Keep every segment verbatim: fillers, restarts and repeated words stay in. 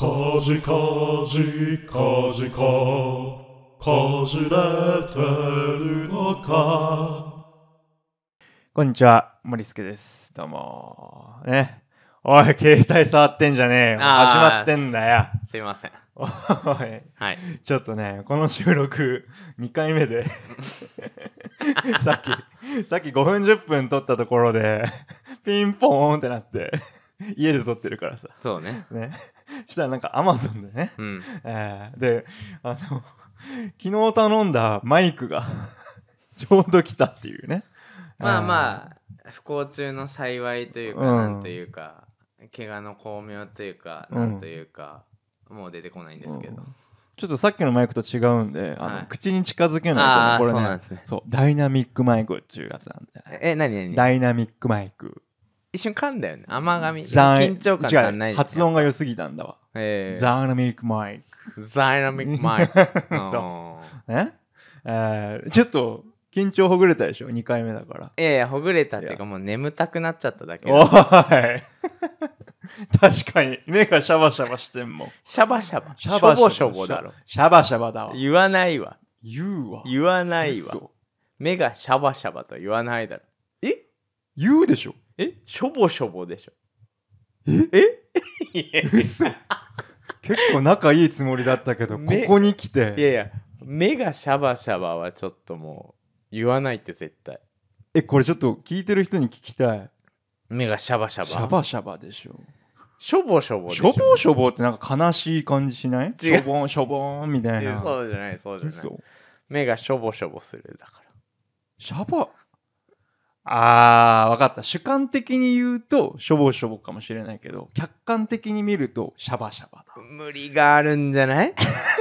かじかじかじかかじれてるのか。 こんにちは、森助です。どうもね。おい、携帯触ってんじゃねえよ。始まってんだよ。 すいません。 おい、 はい。 ちょっとね、この収録にかいめでさっきさっきごふんじゅっぷん撮ったところでピンポーンってなって家で撮ってるからさ。 そうね。 ね。したらなんか Amazon でね、 うん。 えーで、あの昨日頼んだマイクがちょうど来たっていうね。 まあまあ不幸中の幸いというか、 うんなんというか怪我の巧妙というか、 うんなんというかもう出てこないんですけど、 うんちょっとさっきのマイクと違うんで、あの、 はい口に近づけないあーとね、これねそうなんですねそうダイナミックマイクっていうやつなんだよね。 え、なになにダイナミックマイク。 一瞬噛んだよね。甘噛み。 ザイ緊張感違う足んない。 発音が良すぎたんだわ。 えー、 ダイナミックマイザイナミックマイク。 そうク。ね、えー、ちょっと緊張ほぐれたでしょ、にかいめだから。 いやいや、ほぐれたっていうかもう眠たくなっちゃっただけおいだ。 確かに目がシャバシャバしてんもん。 シャバシャバ。 シャバシャバしょぼしょぼだろ。 シャバシャバだわ。 言わないわ。 言うわ。 言わないわ。 嘘目がシャバシャバと言わないだろ。え言うでしょ。 えしょぼしょぼでしょ。 ええいや嘘結構仲いいつもりだったけど、こ目こに来いやていや、目がシャバシャバはちょっともう言わないって絶対。 え、これちょっと聞いてる人に聞きたい。 目がシャバシャバ。 シャバシャバでしょ。 しょぼしょぼでしょ。 しょぼしょぼってなんか悲しい感じしない？ 違うしょぼんしょぼんみたいいやな。 そうじゃない、そうじゃない。 嘘。 目がしょぼしょぼするだから。 シャバあー、わかった。主観的に言うとしょぼしょぼかもしれないけど、客観的に見るとシャバシャバだ。 無理があるんじゃない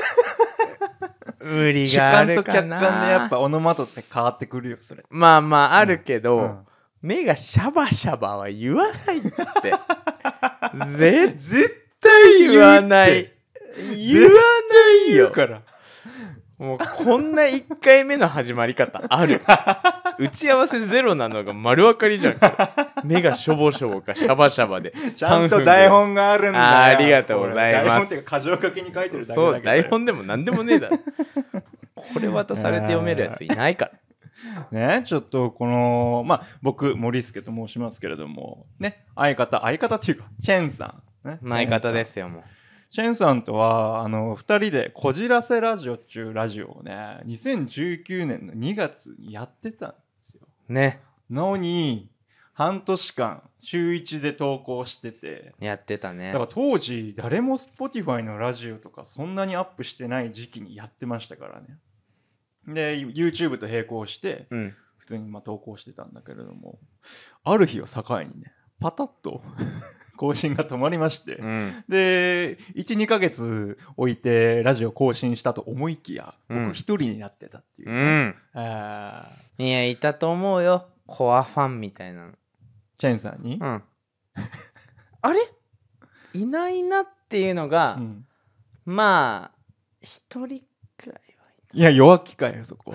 無理主があ観と客るかな。 観でやっぱオノマトって変わってくるよ、それ。 まあまああるけど、 うん目がシャバシャバは言わないって。ぜ絶対言わない。言わないよ。 から。 もうこんないっかいめの始まり方ある。打ち合わせゼロなのが丸分かりじゃん。目がしょぼしょぼかシャバシャバでちゃんと台本があるんだよ。 あーありがとうございます台本っていうか箇条書きに書いてるだけだけど。 そう台本でも何でもねえだろ。これ渡されて読めるやついないから。 ね、ちょっとこのまあ僕森助と申しますけれどもね、相方相方っていうかチェンさん、ね、 相方ですよもう。 チェンさんとはあのふたりでこじらせラジオっちゅうラジオをねにせんじゅうきゅうねんのにがつにやってたんですよ。 ねのに半年間週いちで投稿してて、 やってたねだから当時誰も Spotify のラジオとかそんなにアップしてない時期にやってましたからね。で YouTube と並行してうん普通にまあ投稿してたんだけれども、ある日を境にねパタッと更新が止まりまして、 うんで いちにかげつ置いてラジオ更新したと思いきや、 うん僕一人になってたっていううね、 んあいやいたと思うよ、コアファンみたいなの。 チェンさんに、 うんあれいないなっていうのが、 うんまあ一人くらいいや弱気かよそこ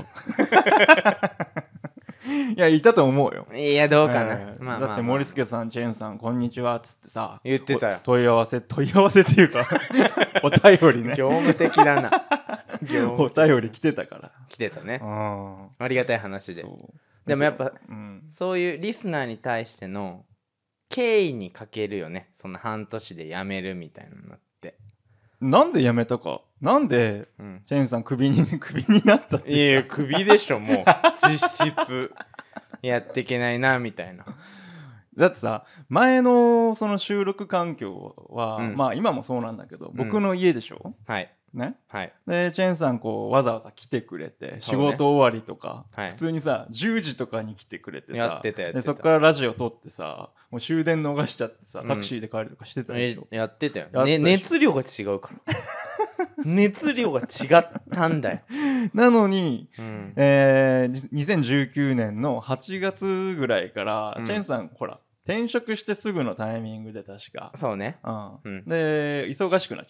いやいたと思うよ。 はいやどうかな、 えーまあまあまあだって森助さんチェンさんこんにちはっつってさ言ってたよお問い合わせ問い合わせっていうかお便りね業務的だな業お務的便り来てたから。 来てたねうんありがたい話で。 そうでもやっぱうんそういうリスナーに対しての敬意に欠けるよね、その半年で辞めるみたいなのって。 なんで辞めたか、なんでうんチェンさんクビにクビになったっていやいやクビでしょもう実質やっていけないなみたいな。 だってさ前のその収録環境は、 うんまあ今もそうなんだけど僕の家でしょ、 はいねはいでチェンさんこうわざわざ来てくれて、仕そうね事終わりとか、 はい普通にさじゅうじとかに来てくれてさ、 やってたやってたでそこからラジオ撮ってさもう終電逃しちゃってさうんタクシーで帰るとかしてたでえしょ、 やってたよ、ね、 やってたでしょ熱量が違うから熱量が違ったんだよ、 なのに、 うん、 えー、にせんじゅうきゅうねんのはちがつぐらいから、 うんチェンさんほら転職してすぐのタイミングで確か、 そうね、 うんうんで忙しくなっちゃって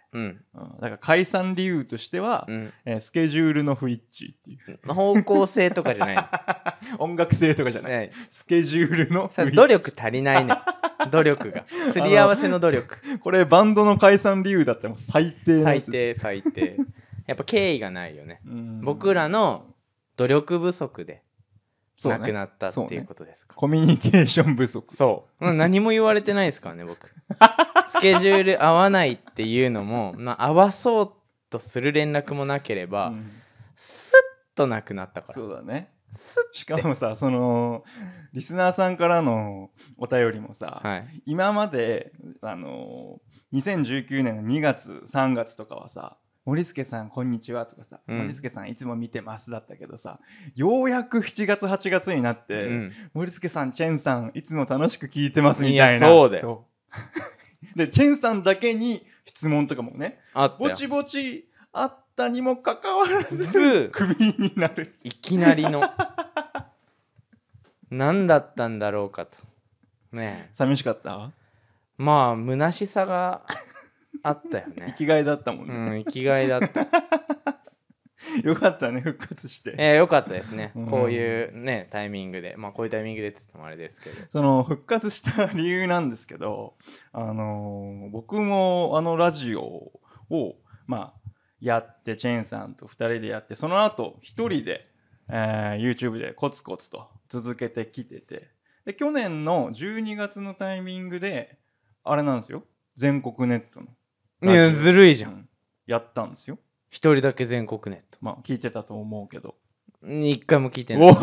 うんうんだから解散理由としては、 うんえースケジュールの不一致っていう方向性とかじゃない音楽性とかじゃない、 ねスケジュールの不一致。 さ努力足りないね努力がすり合わせの努力これバンドの解散理由だったらもう最低なや最つです低最低やっぱ敬意がないよねうん僕らの努力不足でそうねなくなったってそうねいうことですかコミュニケーション不足。 そう、うん何も言われてないですからね僕スケジュール合わないっていうのも、まあ、合わそうとする連絡もなければ、 うんスッとなくなったからそうだね。 スしかもさそのリスナーさんからのお便りもさ、 ッはい今まであのにせんじゅうきゅうねんのにがつさんがつとかはさ森助さんこんにちはとかさ、 うん森助さんいつも見てますだったけどさようやくしちがつはちがつになって、 うん森助さんチェンさんいつも楽しく聞いてますみたいないやそうだよそうでチェンさんだけに質問とかもねあったよぼちぼちあったにもかかわらずずクビになる。 いきなりの何だったんだろうかとねえ寂しかったまあ虚しさがあったよ生ねきがいだったもんうね、 ん生きがいだったよかったね復活して、 えー、よかったですね、 うんこういうねタイミングでまあこういうタイミングでって言ってもあれですけどその復活した理由なんですけど、あのー僕もあのラジオをまあやってチェーンさんとふたりでやってその後一人で、えー YouTube でコツコツと続けてきててで去年のじゅうにがつのタイミングであれなんですよ全国ネットのいやずるいじゃん、 うんやったんですよ。 一人だけ全国ネットまあ聞いてたと思うけど一回も聞いてないおい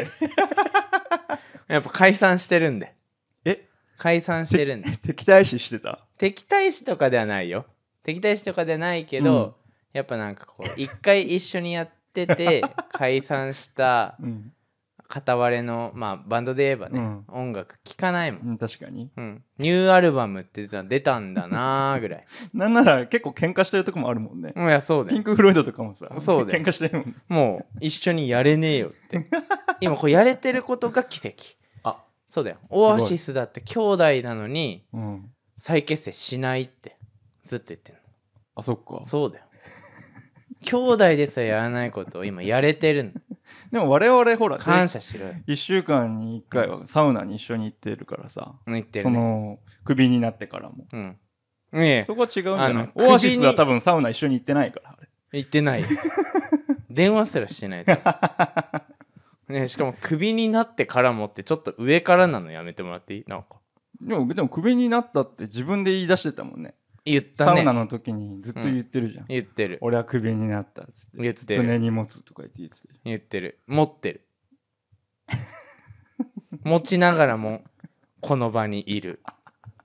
やっぱ解散してるんでえ解散してるんで敵対視してた敵対視とかではないよ敵対視とかではないけど、 うんやっぱなんかこう一回一緒にやってて解散したうん、 片割れのまあバンドで言えばね、 うん音楽聴かないもん、 うん、確かにうん、ニューアルバムって出たんだなーぐらいなんなら結構喧嘩してるとこもあるもんね、 うんいやそうだよピンク・フロイドとかもさそうだよ喧嘩してるもんね。 もう一緒にやれねえよって今こうやれてることが奇跡あそうだよオアシスだって兄弟なのにうん再結成しないってずっと言ってんのあそっかそうだよ兄弟でさえやらないことを今やれてるのでも我々ほら感謝しろよいっしゅうかんにいっかいはサウナに一緒に行ってるからさ、そ言ってるねのクビになってからもうんいえそこは違うんじゃないあのオアシス首には多分サウナ一緒に行ってないからあれ言ってないよ電話すらしてないとねしかもクビになってからもってちょっと上からなのやめてもらっていいなんかでもでもクビになったって自分で言い出してたもんね言ったねサウナの時にずっと言ってるじゃん、 言ってる俺はクビになったっつって言ってるずっと根に持つとか言って言ってたじ言ってる持ってる持ちながらもこの場にいるゃん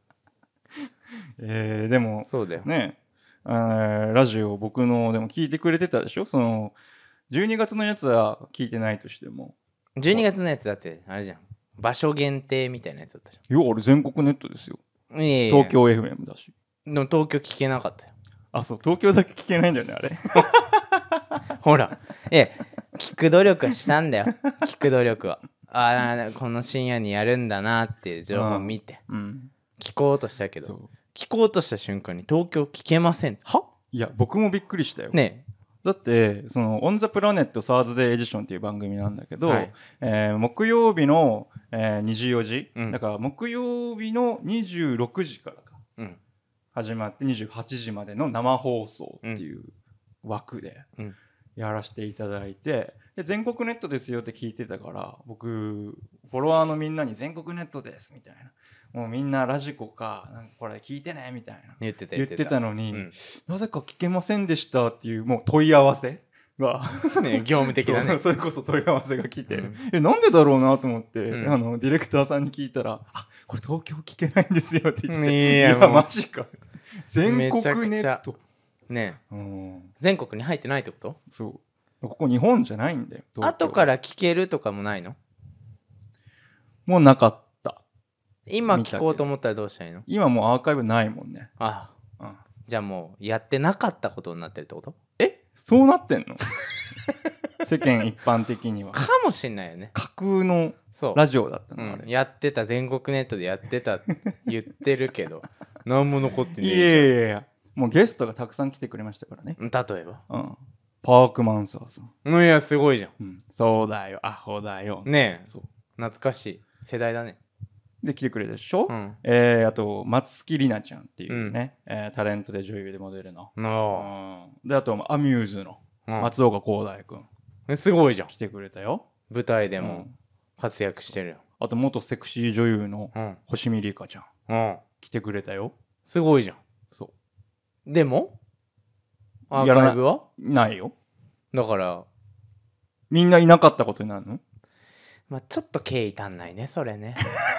えー、でもそうだよねえーラジオ僕のでも聞いてくれてたでしょそのじゅうにがつのやつは聞いてないとしてもじゅうにがつのやつだってあれじゃん場所限定みたいなやつだったじいや俺全国ネットですよゃんいやいや東京 エフエム だしでも東京聞けなかったよあそう東京だけ聞けないんだよねあれほらいや聞く努力はしたんだよ聞く努力はああこの深夜にやるんだなっていう情報を見てうん聞こうとしたけどそう聞こうとした瞬間に東京聞けませんはいや僕もびっくりしたよ、 ねだってその「オン・ザ・プラネット・サーズデー・エディション」っていう番組なんだけど、 はいえー木曜日の、えー、にじよじ、 うんだから木曜日のにじゅうろくじからかうん始まってにじゅうはちじまでの生放送っていう枠でうんやらせていただいてで全国ネットですよって聞いてたから僕フォロワーのみんなに全国ネットですみたいなもうみんなラジコかなんかこれ聞いてねみたいな言ってた言ってたのに、 うんなぜか聞けませんでしたっていうもう問い合わせがね業務的なそうねそれこそ問い合わせが来て、 うんえなんでだろうなと思って、 うんあのディレクターさんに聞いたら「あこれ東京聞けないんですよ」って言ってて「 いいややもうマジか」全国めちゃくちゃネットねうん全国に入ってないってことそうここ日本じゃないんだよ東京後から聞けるとかもないのもうなかった今聞こうと思ったらどうしたらいいの今もうアーカイブないもんね、 あうん、 じゃあもうやってなかったことになってるってことえそうなってんの世間一般的にはかもしんないよね架空のそうラジオだったの、あうん、 れやってた全国ネットでやってたって言ってるけど何も残ってねいえじゃんやいやいやもうゲストがたくさん来てくれましたからね。 例えばうん。パークマンサーさん。 いやすごいじゃん、 うん、そうだよ、アホだよ。 ねえ、 そう懐かしい世代だね。 で来てくれたでしょ、 うん、 えー、あと松木里奈ちゃんっていうね、うん、えー、タレントで女優でモデルの、うん、であとアミューズの松岡広大くん、 うん、すごいじゃん、 来てくれたよ。 舞台でも活躍してるよ、 うん、あと元セクシー女優の星見里香ちゃん、うん、来てくれたよ。 すごいじゃん。そうでもアーカイブはないよ。 だからみんないなかったことになるの？ まあちょっと敬意足んないねそれね。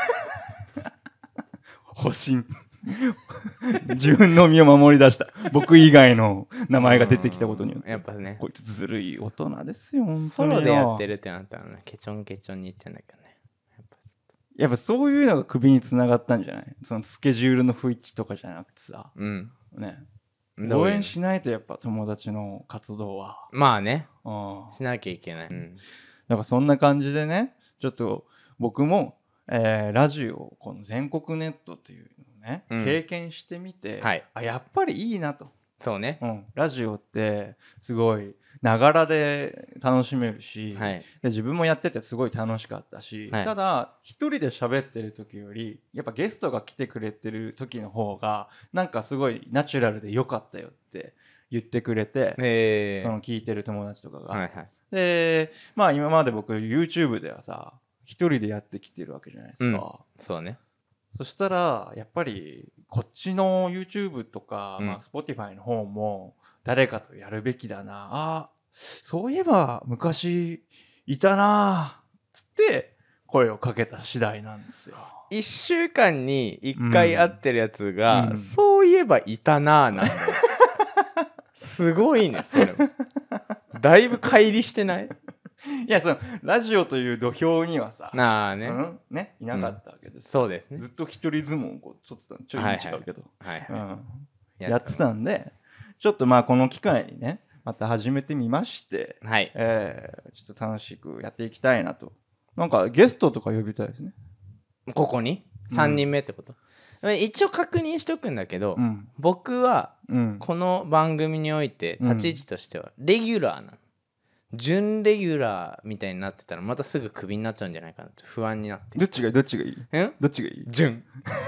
保身自分の身を守り出した。僕以外の名前が出てきたことによってやっぱね、 こいつずるい大人ですよ。本当にソロでやってるってなったらね、ケチョンケチョンに言ってんだけどね。やっぱやっぱそういうのが首につながったんじゃない？そのスケジュールの不一致とかじゃなくてさ、 うんね、応援しないとやっぱ友達の活動はまあね、 うん、 しなきゃいけない、うん、 だからそんな感じでね、ちょっと僕も、えー、ラジオこの全国ネットっていうのをね、うん、経験してみて、はい、あやっぱりいいなと。 そうね、 うん、ラジオってすごいながらで楽しめるし、はい、で自分もやっててすごい楽しかったし、はい、ただ一人で喋ってる時よりやっぱゲストが来てくれてる時の方がなんかすごいナチュラルで良かったよって言ってくれて、えー、その聞いてる友達とかが、はいはい、でまあ今まで僕 YouTube ではさ一人でやってきてるわけじゃないですか、 うん、そうね。 そしたらやっぱりこっちの YouTube とか、うん、まあ、Spotify の方も誰かとやるべきだなあ、そういえば昔いたなつって声をかけた次第なんですよ。 いっしゅうかんにいっかい会ってるやつが、うん、そういえばいたなあなんだよ。すごいねそれも。だいぶ乖離してない？ いやそのラジオという土俵にはさあ、ねうんね、いなかったわけです、 うん、そうですね。 ずっと一人相撲をこうちょっとちょい違うけど、 はいはいはいはい、 うん、やってたんでちょっとまあこの機会にねまた始めてみまして、はい、えー、ちょっと楽しくやっていきたいなと。なんかゲストとか呼びたいですね。 ここにさんにんめってこと、うん、一応確認しとくんだけど、うん、僕はこの番組において立ち位置としてはレギュラーなの、準レギュラーみたいになってたらまたすぐクビになっちゃうんじゃないかなって不安になって。 どっちがいいどっちがいいどっちがいい準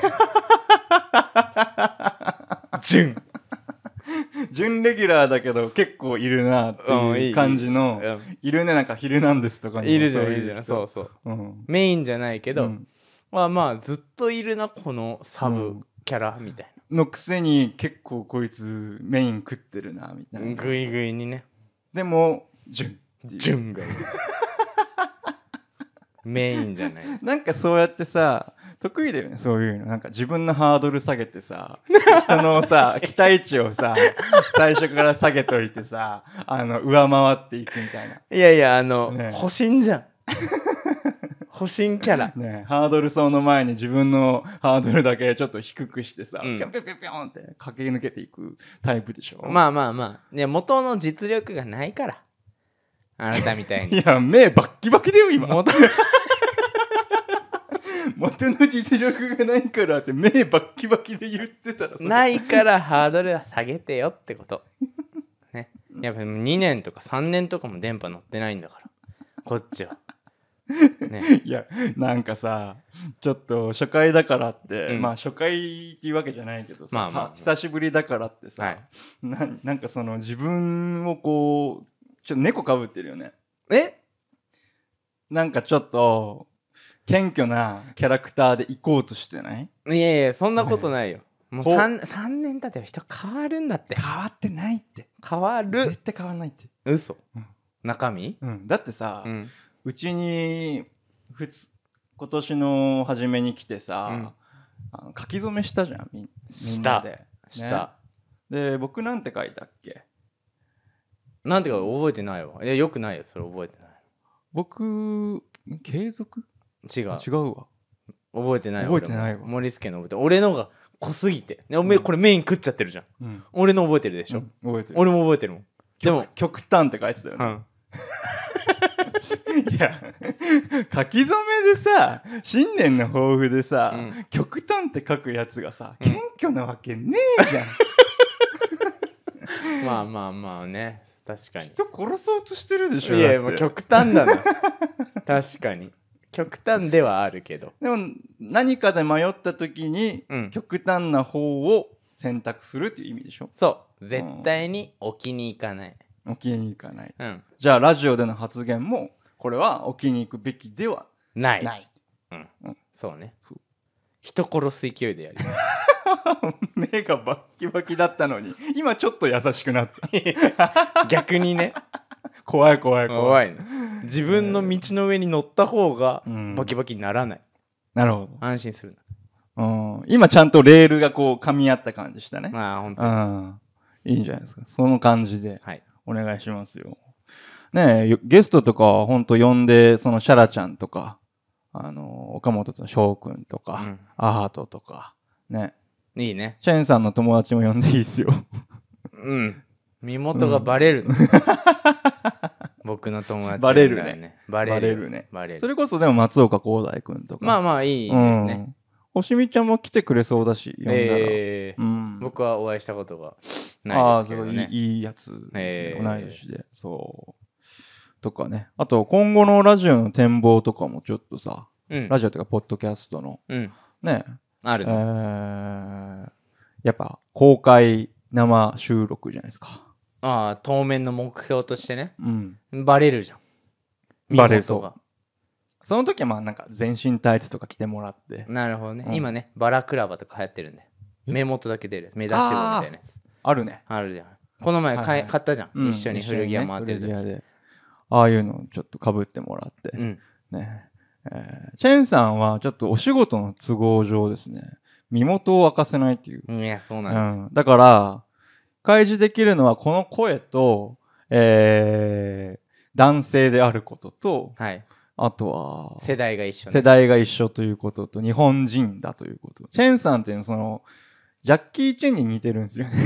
準準レギュラーだけど結構いるなっていう感じの、うん、い, い, い, いるね。なんかヒルナンデスとかにいるじゃんいるじゃんそうそう、うん、メインじゃないけど、うん、まあまあずっといるなこのサブキャラみたいな、うん、のくせに結構こいつメイン食ってるなみたいな、 グイグイにね。 でも準準がいいメインじゃない。 なんかそうやってさ得意だよねそういうの。なんか自分のハードル下げてさ人のさ期待値をさ最初から下げといてさあの上回っていくみたいな。 いやいやあの、ね、保身じゃん保身キャラ、 ね、ハードル走の前に自分のハードルだけちょっと低くしてさ、うん、ピョンピョンピョンピョンって駆け抜けていくタイプでしょ。 まあまあまあいや元の実力がないからあなたみたいに。 いや目バッキバキだよ今。元元の実力がないからって目バッキバキで言ってたらないからハードルは下げてよってこと、ね、やっぱにねんとかさんねんとかも電波乗ってないんだからこっちは、 ね、いやなんかさちょっと初回だからって、うん、まあ初回っていうわけじゃないけどさ、まあまあまあ、久しぶりだからってさ、はい、な, なんかその自分をこうちょっと猫かぶってるよね。 えなんかちょっと謙虚なキャラクターで行こうとしてない？ いやいやそんなことないよ、ね、もう 3, さんねん経てば人変わるんだって。 変わってないって。 変わる絶対変わらないって。 嘘、うん、中身、 うん、だってさ、うん、うちにふつ今年の初めに来てさ、うん、あの書き初めしたじゃん み, みんなでした、 ね、で僕なんて書いたっけ？ なんてか覚えてないわ。いやよくないよそれ覚えてない。 僕継続違う違うわ。 覚えてない覚えてないわ。 森助の覚えて俺のが濃すぎて、ね、おめ、うん、これメイン食っちゃってるじゃん、うん、俺の覚えてるでしょ、うん、 覚えてる。 俺も覚えてるもん。でも極端って書いてたよね、うん、いや書き初めでさ新年の抱負でさ、うん、極端って書くやつがさ謙虚なわけねえじゃんまあまあまあね、確かに。 人殺そうとしてるでしょ。 いやもう極端だな確かに極端ではあるけど、 でも何かで迷った時に、うん、極端な方を選択するっていう意味でしょ。 そう絶対に置きに行かない、 置きに行かない、 うん、 じゃあラジオでの発言もこれは置きに行くべきではないない、 うんうん、そうね、そう人殺す勢いでやり目がバッキバキだったのに今ちょっと優しくなった逆にね怖い怖い怖い怖い、ね、自分の道の上に乗った方がバキバキにならない、 うん、なるほど、 安心するな、うん、今ちゃんとレールがこう噛み合った感じしたね。 ああ本当ですか、うん、 いいんじゃないですか。その感じでお願いしますよ、はい、ねえゲストとかは本当呼んで、そのシャラちゃんとかあの岡本と翔くんとか、うん、アハトとかね、 いいね。 チェンさんの友達も呼んでいいっすようん身元がバレる、うん、僕の友達、ね、 バレるねバレるねバレる。それこそでも松岡広大くんとかまあまあいいですね、 うん、星見ちゃんも来てくれそうだし、呼んだら、 えーうん、僕はお会いしたことがないですけどね。 ああすごいいいやつですね、えー、同い年でそうとかね。あと今後のラジオの展望とかもちょっとさ、うん、ラジオとかポッドキャストの、うん、ねあるの、えー、やっぱ公開生収録じゃないですか。 ああ当面の目標としてね、うん、バレるじゃん。 バレる。そうその時はまあなんか全身タイツとか着てもらって。 なるほどね、うん、今ねバラクラバとか流行ってるんで目元だけ出る目出し棒みたいなやつあ, あるね。 あるじゃん。この前、はいはい、買ったじゃん、うん、一緒に古着屋回ってる時、ね、 でああいうのちょっとかぶってもらって、うんねえー、チェンさんはちょっとお仕事の都合上ですね身元を明かせないっていう。 いやそうなんですよ、 うん、だから開示できるのはこの声と、えー、男性であることと、はい、あとは世代が一緒、ね、 世代が一緒ということと日本人だということ。チェンさんっていうのはそのジャッキー・チェンに似てるんですよね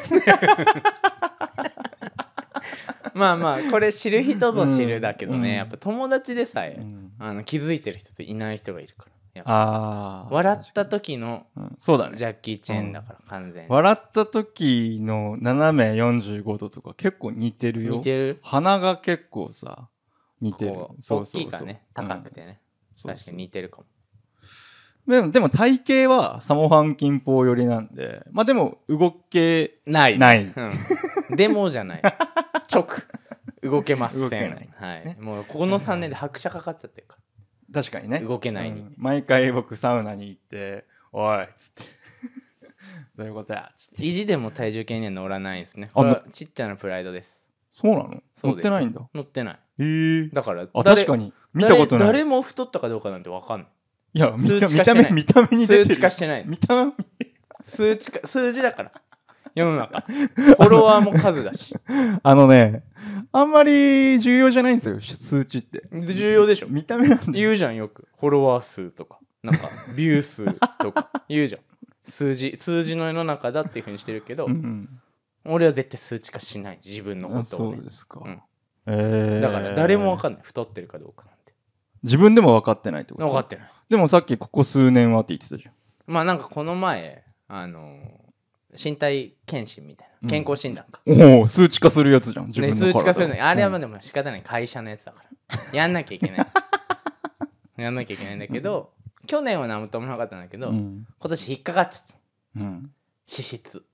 まあまあこれ知る人ぞ知るだけどね、うん、やっぱ友達でさえ、うん、あの気づいてる人といない人がいるから。やっぱあ笑った時の、うん、そうだね、ジャッキー・チェンだから完全に、 うん、笑った時の斜めよんじゅうごどとか結構似てるよ。 似てる。 鼻が結構さ似てる。 こう大きいかね、高くてね、うん、確かに似てるかも。 でも、でも体型はサモハン近郊寄りなんで、まあでも動けない。 ない。 うん、でもじゃない。直。動けません。動けない。はい。ね、もうこのさんねんで拍車かかっちゃってるから。 確かにね。 動けないに。うん、 毎回僕サウナに行って、おいっつって。どういうことやっつって。 意地でも体重計には乗らないんですね。これはちっちゃなプライドです。 そうなの？乗ってないんだ。 乗ってない。 へー。 だから、 あ、確かに。見たことない。 誰も太ったかどうかなんて分かんない。 いや、見た目、見た目に出てる。 数値化してない。 見た目数値化、数字だから。世の中。フォロワーも数だし。 あのね、あんまり重要じゃないんですよ、数値って。 重要でしょ。 見た目なんで。 言うじゃん、よく。フォロワー数とか、なんか、ビュー数とか言うじゃん。数字、数字の世の中だっていうふうにしてるけど、うん、俺は絶対数値化しない。自分のことを、ね。 そうですか。うん、 えー、だから誰も分かんない。太ってるかどうかなんて。 自分でも分かってないってこと？ 分かってない。 でもさっきここ数年はって言ってたじゃん。 まあなんかこの前あのー、身体検診みたいな、健康診断か、 うん、おお数値化するやつじゃん自分の体、 ね、数値化するのあれはまあでも仕方ない、会社のやつだからやんなきゃいけないやんなきゃいけないんだけど、うん、去年は何ともなかったんだけど、うん、今年引っかかっちゃった、うん、脂質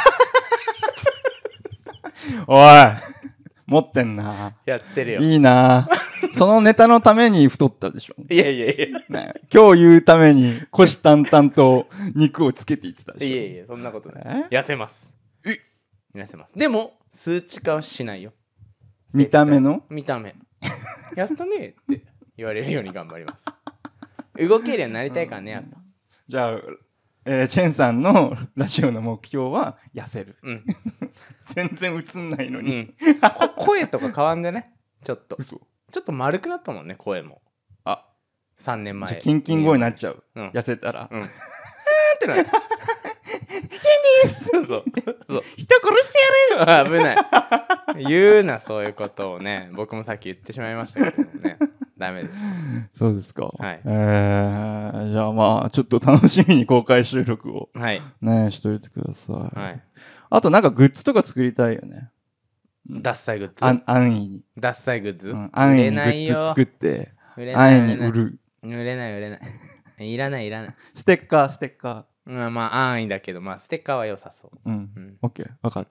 おい持ってんな。 やってるよ。 いいな。そのネタのために太ったでしょ。 いやいやいや、 ね、今日言うために虎視眈々と肉をつけていってたでしょ。 いやいやそんなことない。痩せます。え痩せます。でも数値化はしないよ。 見た目の見た目痩せたねって言われるように頑張ります。動けるようになりたいからね、やっぱ。 じゃあ、えー、チェンさんのラジオの目標は痩せる、うん、全然映んないのに、うん、 声とか変わんでね、ちょっと嘘ちょっと丸くなったもんね、声も。あさんねんまえ。 じゃキンキン声になっちゃう、うん、痩せたら、うん、えーってなるチェンですそうそう人殺してやる危ない言うなそういうことをね。僕もさっき言ってしまいましたけどねダメです。 そうですか。はい。えー、じゃあまあちょっと楽しみに公開収録を、はい、ねしといてください。はい。 あとなんかグッズとか作りたいよね。 ダッサいグッズ。 安易に。 ダッサいグッズ、うん、 安易にグッズ作って、安易に売る。 売れない売れない。いらないいらない。 ステッカーステッカー。 うん、まあ安易だけど、まあステッカーは良さそう。 うん。うん、オッケー、分かった。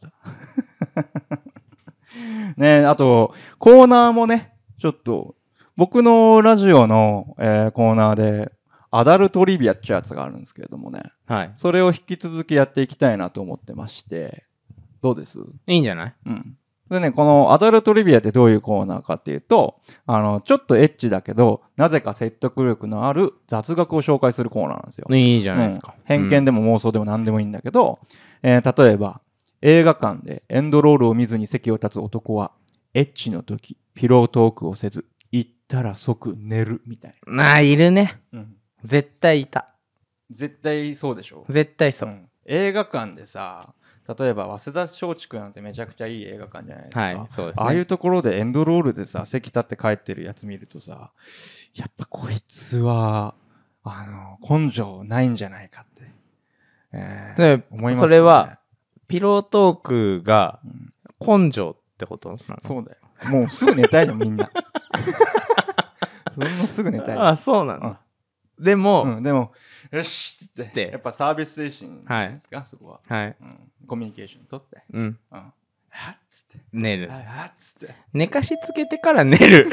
ね、あとコーナーもね、ちょっと僕のラジオの、えー、コーナーでアダルトリビアってやつがあるんですけれどもね、 はい、 それを引き続きやっていきたいなと思ってまして、どうです？ いいんじゃない？ うん。でね、このアダルトリビアってどういうコーナーかっていうと、あのちょっとエッチだけどなぜか説得力のある雑学を紹介するコーナーなんですよ。 いいじゃないですか。 うん、偏見でも妄想でも何でもいいんだけど、うん、えー、例えば映画館でエンドロールを見ずに席を立つ男はエッチの時ピロートークをせず行ったら即寝るみたいな。あ、いるね、 うん、 絶対いた。 絶対そうでしょ。 絶対そう、 うん、映画館でさ、例えば早稲田松竹なんてめちゃくちゃいい映画館じゃないですか、 はい、そうですね、 ああいうところでエンドロールでさ席立って帰ってるやつ見るとさ、やっぱこいつはあの根性ないんじゃないかって、えー、 で思いますね。 それはピロートークが根性ってことなの？ そうだよ。もうすぐ寝たいのみんな。そんなすぐ寝たい。 ああ、そうなんだ。うん、でも、 うん、でもよしっつってやっぱサービス精神ですか、はい、そこは、 はい、 うん、コミュニケーション取って、 うん、うん、 はっつって寝る。 はっつって寝かしつけてから寝る。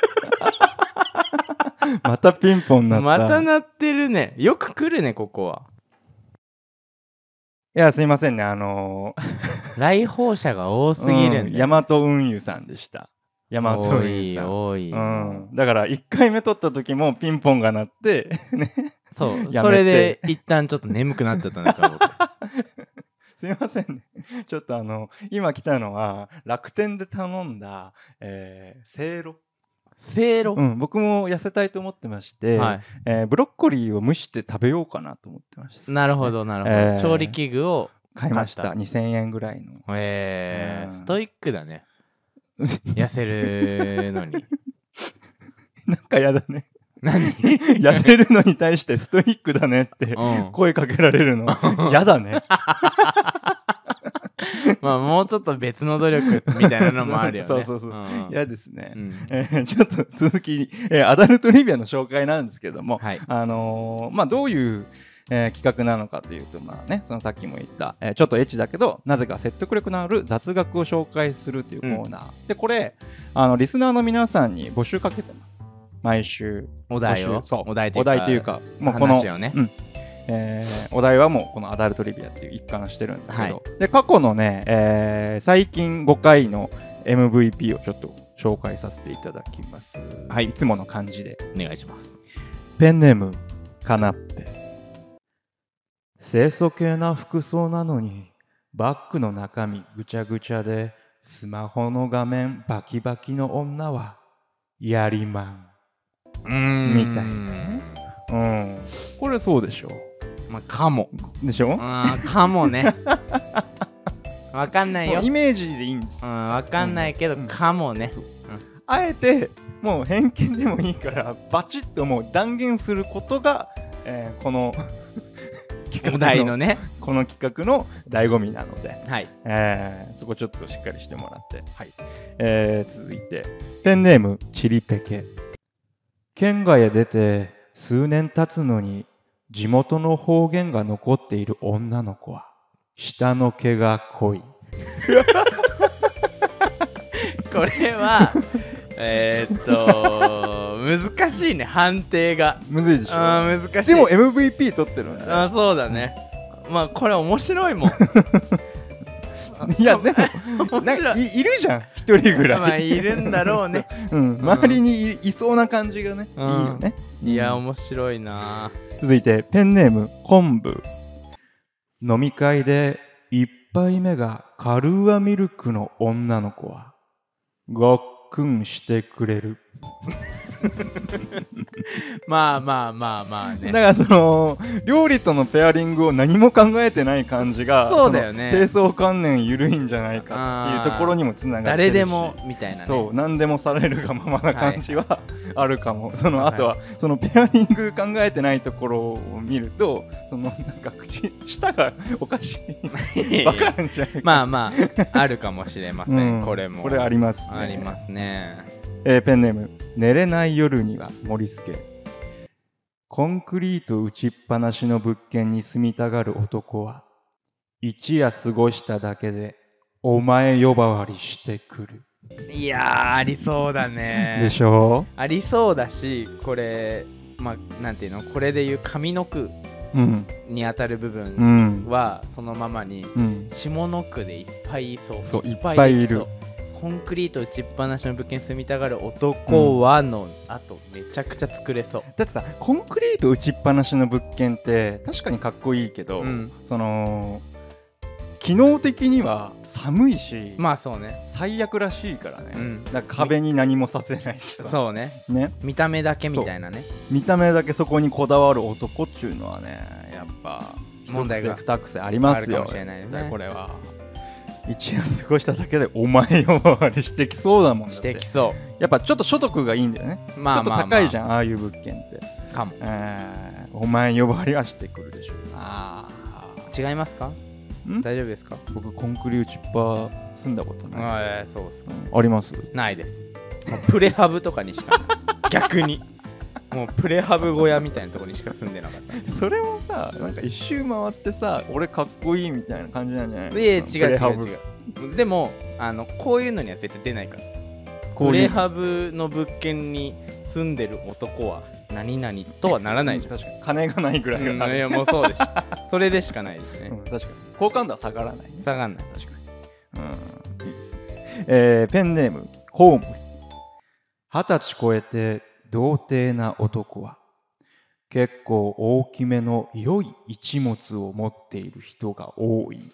またピンポンなった。 また鳴ってるね。よく来るねここは。 いやすいませんね、あのー、来訪者が多すぎるんで、 大和運輸さんでした。大和運輸さん多い多い、うん、 だからいっかいめ撮った時もピンポンが鳴ってね、 そうそれで一旦ちょっと眠くなっちゃったんだから僕。 すいませんね、ちょっとあの今来たのは楽天で頼んだ、えー、せいろせいろ、 うん、僕も痩せたいと思ってまして、はい、えー、ブロッコリーを蒸して食べようかなと思ってました、ね、 なるほどなるほど、えー、調理器具を買いました。にせんえんぐらいの。 えー、うん、ストイックだね。痩せるのに。 なんかやだね。 何？ 痩せるのに対してストイックだねって声かけられるのやだね。 まあもうちょっと別の努力みたいなのもあるよね。 そうそうそう。嫌、うん、ですね、うん、えー、ちょっと続き、えー、アダルトリビアの紹介なんですけども、はい、あのー、まあどういう、えー、企画なのかというと、まあね、そのさっきも言った、えー、ちょっとエッチだけどなぜか説得力のある雑学を紹介するというコーナー、うん、でこれあのリスナーの皆さんに募集かけてます。毎週お題をそうお題というかもうこの、ね、うん、えー、お題はもうこのアダルトリビアっていう一環してるんだけど、はい、で過去のね、えー、最近ごかいの エムブイピー をちょっと紹介させていただきます。はい、いつもの感じでお願いします。 ペンネームカナッペ。清楚系な服装なのにバッグの中身ぐちゃぐちゃでスマホの画面バキバキの女はやりまんうーんみたいなね。うん、これそうでしょ。 まあかもでしょ。 あかもね。わかんないよ。 イメージでいいんです。 うん、わかんないけど、うん、かもね、うん、 あえてもう偏見でもいいからバチッともう断言することが、えー、このお題のねこの企画の醍醐味なので、 はい、 えー、そこちょっとしっかりしてもらって、はい、えー、続いてペンネームチリペケ。県外へ出て数年経つのに地元の方言が残っている女の子は下の毛が濃い。 これはえーっと難しいね、判定がむずいでしょ。 あ難しい。 でも エムブイピー 取ってるんだ。 あそうだね。まあこれ面白いもん。 いやでもなんい, いるじゃん一人ぐらい。 まあいるんだろうね。 うん、周りに い, いそうな感じがね、うん、いいよね。 いや面白いな。 続いてペンネーム昆布。飲み会で一杯目がカルーアミルクの女の子はごっくんしてくれる。 まあまあまあまあね。 だからその料理とのペアリングを何も考えてない感じがそうだよね。 低層観念緩いんじゃないかっていうところにもつながってるし、 誰でもみたいなね。 そう何でもされるがままな感じはあるかも。そのあとはそのペアリング考えてないところを見ると、そのなんか口舌がおかしいわかるんじゃないか。 まあまああるかもしれません、うん、これもこれありますね。 ありますね。 えー、ペンネーム寝れない夜には森助。コンクリート打ちっぱなしの物件に住みたがる男は一夜過ごしただけでお前呼ばわりしてくる。 いやーありそうだね。 でしょ。 ありそうだし、これまあなんていうの、これでいう上の句に当たる部分はそのままに、うん、下の句でいっぱいいそう。 そういっぱいいる。 コンクリート打ちっぱなしの物件に住みたがる男はのあとめちゃくちゃ作れそう。 だってさ、コンクリート打ちっぱなしの物件って確かにかっこいいけど、うん、その機能的には寒いし、 まあそうね、 最悪らしいからね、うん、だから壁に何もさせないしさ、 そうね、ね、見た目だけみたいなね、 見た目だけそこにこだわる男っていうのはね、やっぱ問題が二癖ありますよ。 あるかもしれないね、 これは。一夜過ごしただけでお前呼ばわりしてきそうだもん。 してきそう。 やっぱちょっと所得がいいんだよね。まあまあまあ、ちょっと高いじゃん、ああいう物件って。 かも、 えー、お前呼ばわりはしてくるでしょう。 ああ、違いますか？大丈夫ですか？ 僕コンクリ打ちっぱ住んだことない。 あ、えー、そうですか、 うん、あります？ ないです。プレハブとかにしか逆にもうプレハブ小屋みたいなところにしか住んでなかった。 それもさ、なんか一周回ってさ、俺かっこいいみたいな感じなんじゃないの？ いや違う違う違う。でもあのこういうのには絶対出ないから。プレハブの物件に住んでる男は何々とはならないじゃん。 確かに金がないぐらいが、 うん、いやもうそうでしょ。それでしかないですね、 うん、確かに好感度は下がらない、ね、 下がらない。 確かに、うん、いいですね。えー、ペンネームコウモリ。二十歳超えて童貞な男は結構大きめの良い一物を持っている人が多い。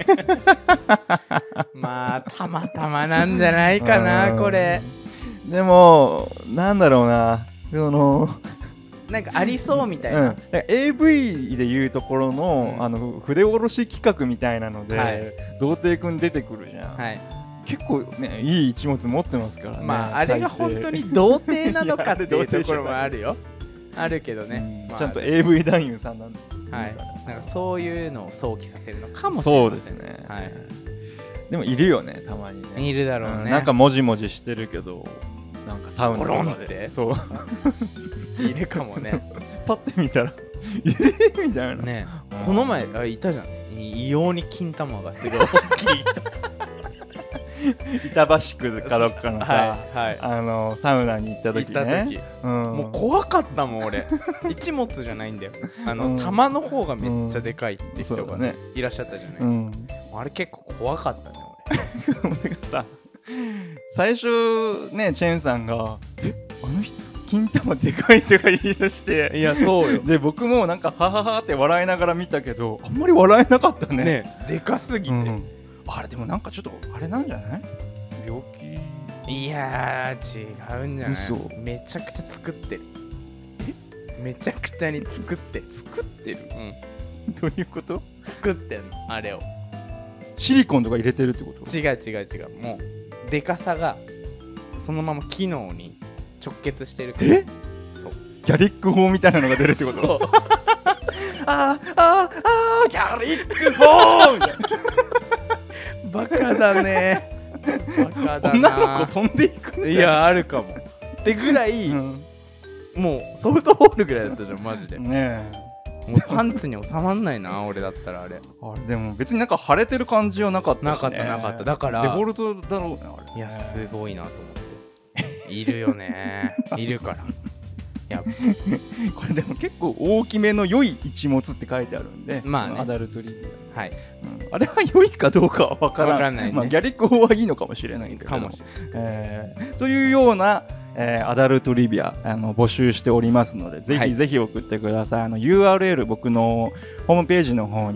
まあたまたまなんじゃないかなこれ。 でもなんだろうな、そのなんかありそうみたいな、うん、 エーブイ でいうところの、うん、あの筆下ろし企画みたいなので、はい、童貞くん出てくるじゃん、はい、結構ねいい一物持ってますからね。 まああれが本当に童貞なのかっていうところもあるよ。あるけどね、 うん、まあ、ちゃんと エーブイ 男優さんなんですよ、 はい、なんかそういうのを想起させるのかもしれないですね。 そうですね、はい、でもいるよね、たまにね。 いるだろうね、うん、 なんかもじもじしてるけどなんかサウナとかでそういるかもね。 パッて見たらえーみたいなね。この前あいたじゃん、異様に金玉がすごい大きい板橋区かどっかのさ、はいはい、あのサウナに行った時ね、 行った時、うん、もう怖かったもん俺。一物じゃないんだよ、あの、うん、玉の方がめっちゃでかいって人が、ね、いらっしゃったじゃないですか、うん、あれ結構怖かったね俺。 俺がさ最初ね、チェンさんがえあの人金玉でかいとか言い出して、 いやそうよ。 で僕もなんかはははって笑いながら見たけど、あんまり笑えなかったね。 ね、でかすぎて、うん、 あれでもなんかちょっとあれなんじゃない？病気？ いやー違うんじゃない？嘘。めちゃくちゃ作ってる。え？めちゃくちゃに作ってる。 作ってる？ うん。 どういうこと？ 作ってんのあれを。 シリコンとか入れてるってこと？ 違う違う違う。もうでかさがそのまま機能に直結してるから。 え？ そう。 ギャリック砲みたいなのが出るってこと？そう。あーあーあーギャリック砲みたいな。 バカだね。バカだな。 女の子飛んでいくんだよ。 いやあるかも。ってぐらい、うん、もうソフトボールぐらいだったじゃんマジで。ねえ。もうパンツに収まんないな俺だったらあれ。 あれでも別になんか腫れてる感じはなかったし、ね。 なかったなかった。だからデフォルトだろうねあれ。 いやすごいなと思って。いるよね。いるから。やこれでも結構大きめの良い一物って書いてあるんで、 まあね、 アダルトリビア、はい、うん、あれは良いかどうかは分からない、からないね。まあ、ギャリック法はいいのかもしれないけどかもしれない、 えー、というような、えー、アダルトリビアあの募集しておりますので、ぜひぜひ送ってください、はい、あの ユーアールエル 僕のホームページの方に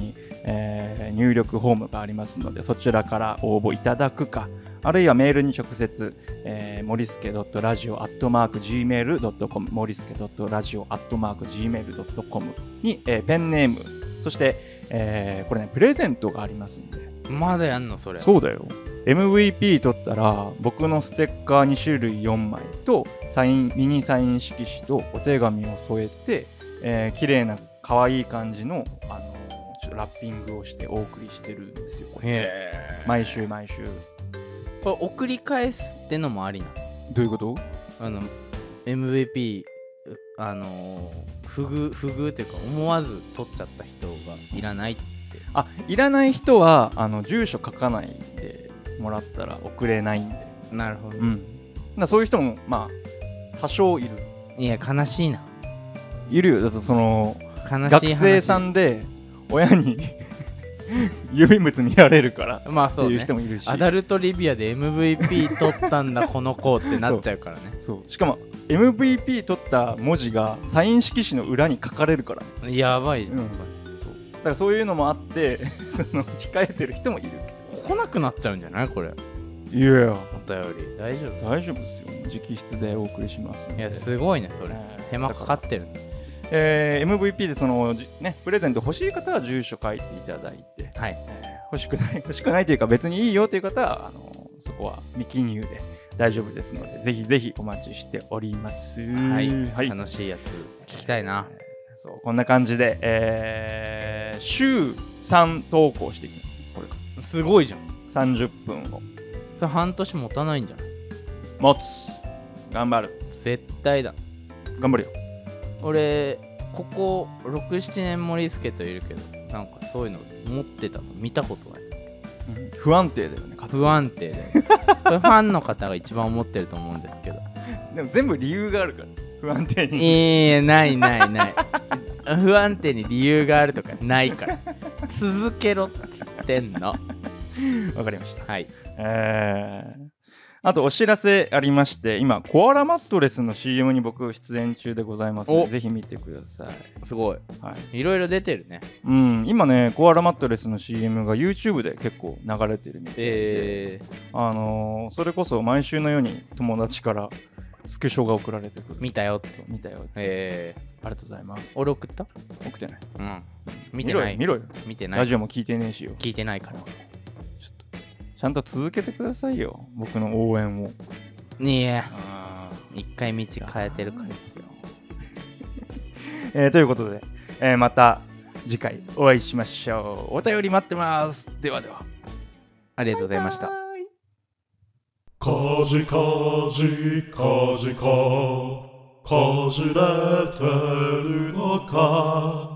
えー、入力フォームがありますので、そちらから応募いただくか、あるいはメールに直接、えー、モリスケ .radio アットマーク ジーメール ドットコム モリスケ .radio アットマーク ジーメール ドットコム に、えー、ペンネーム、そして、えー、これねプレゼントがありますんで。 まだやんのそれ？ そうだよ。 エムブイピー 取ったら僕のステッカーに種類よんまいとサインミニサイン色紙とお手紙を添えて、えー、綺麗な可愛い感じの、あのちょっとラッピングをしてお送りしてるんですよ。 へー。 毎週毎週。 これ送り返すってのもありな？ どういうこと？ あの エムブイピー あのー、不遇不遇っていうか思わず取っちゃった人がいらないって。 あ、いらない人はあの住所書かないでもらったら送れないんで。 なるほど、 うん、だそういう人もまあ多少いる。 いや悲しいな。 いるよ。だってその悲しい学生さんで親に郵便物見られるからまあそう、ね、 っていう人もいるし、 アダルトリビアで エムブイピー 取ったんだこの子ってなっちゃうからね。 そうそう。しかも エムブイピー 取った文字がサイン色紙の裏に書かれるから、ね、 やばいじゃん、 うん、そうだからそういうのもあってその控えてる人もいるけど来なくなっちゃうんじゃないこれ？ いやいや、 お便り大丈夫？ 大丈夫ですよ。直筆でお送りしますので。 いやすごいねそれ、 えー、 手間かかってるんだ。 えー、エムブイピー でそのねプレゼント欲しい方は住所書いていただいて、 はい、 えー、欲しくない欲しくないというか別にいいよという方はあのそこは未記入で大丈夫ですので、ぜひぜひお待ちしております。 はい、 はい、 楽しいやつ聞きたいな。 えー、そうこんな感じで、えー、週さん投稿していきます。これすごいじゃん。 さんじゅっぷんを。 それ半年持たないんじゃない？ 持つ。頑張る。 絶対だ。 頑張るよ。 俺こころく、ななねんモリスケといるけど、なんかそういうの持ってたの見たことない、 うん、不安定だよね。 不安定でこれファンの方が一番思ってると思うんですけどでも全部理由があるから不安定に。 いやないないない不安定に理由があるとかないから続けろっつってんの。 わかりました。 はい、 えーあとお知らせありまして、今コアラマットレスの シーエム に僕出演中でございますので、ぜひ見てください。 すごい、 はい、 いろいろ出てるね。 うん、今ねコアラマットレスの シーエム が YouTube で結構流れてるみたいで、 えー、あのー、それこそ毎週のように友達からスクショが送られてくる。 見たよって。 そう見たよって。 えー、ありがとうございます。 俺送った？ 送ってない。 うん、見てない。 見ろよ。 見てない。 ラジオも聞いてねえしよ。 聞いてないから。 ちゃんと続けてくださいよ、僕の応援を。 いや、一回道変えてるからですよ。 えー、ということで、えー、また次回お会いしましょう。お便り待ってます。ではでは。 ありがとうございました。 かじかじかじかかじれてるのか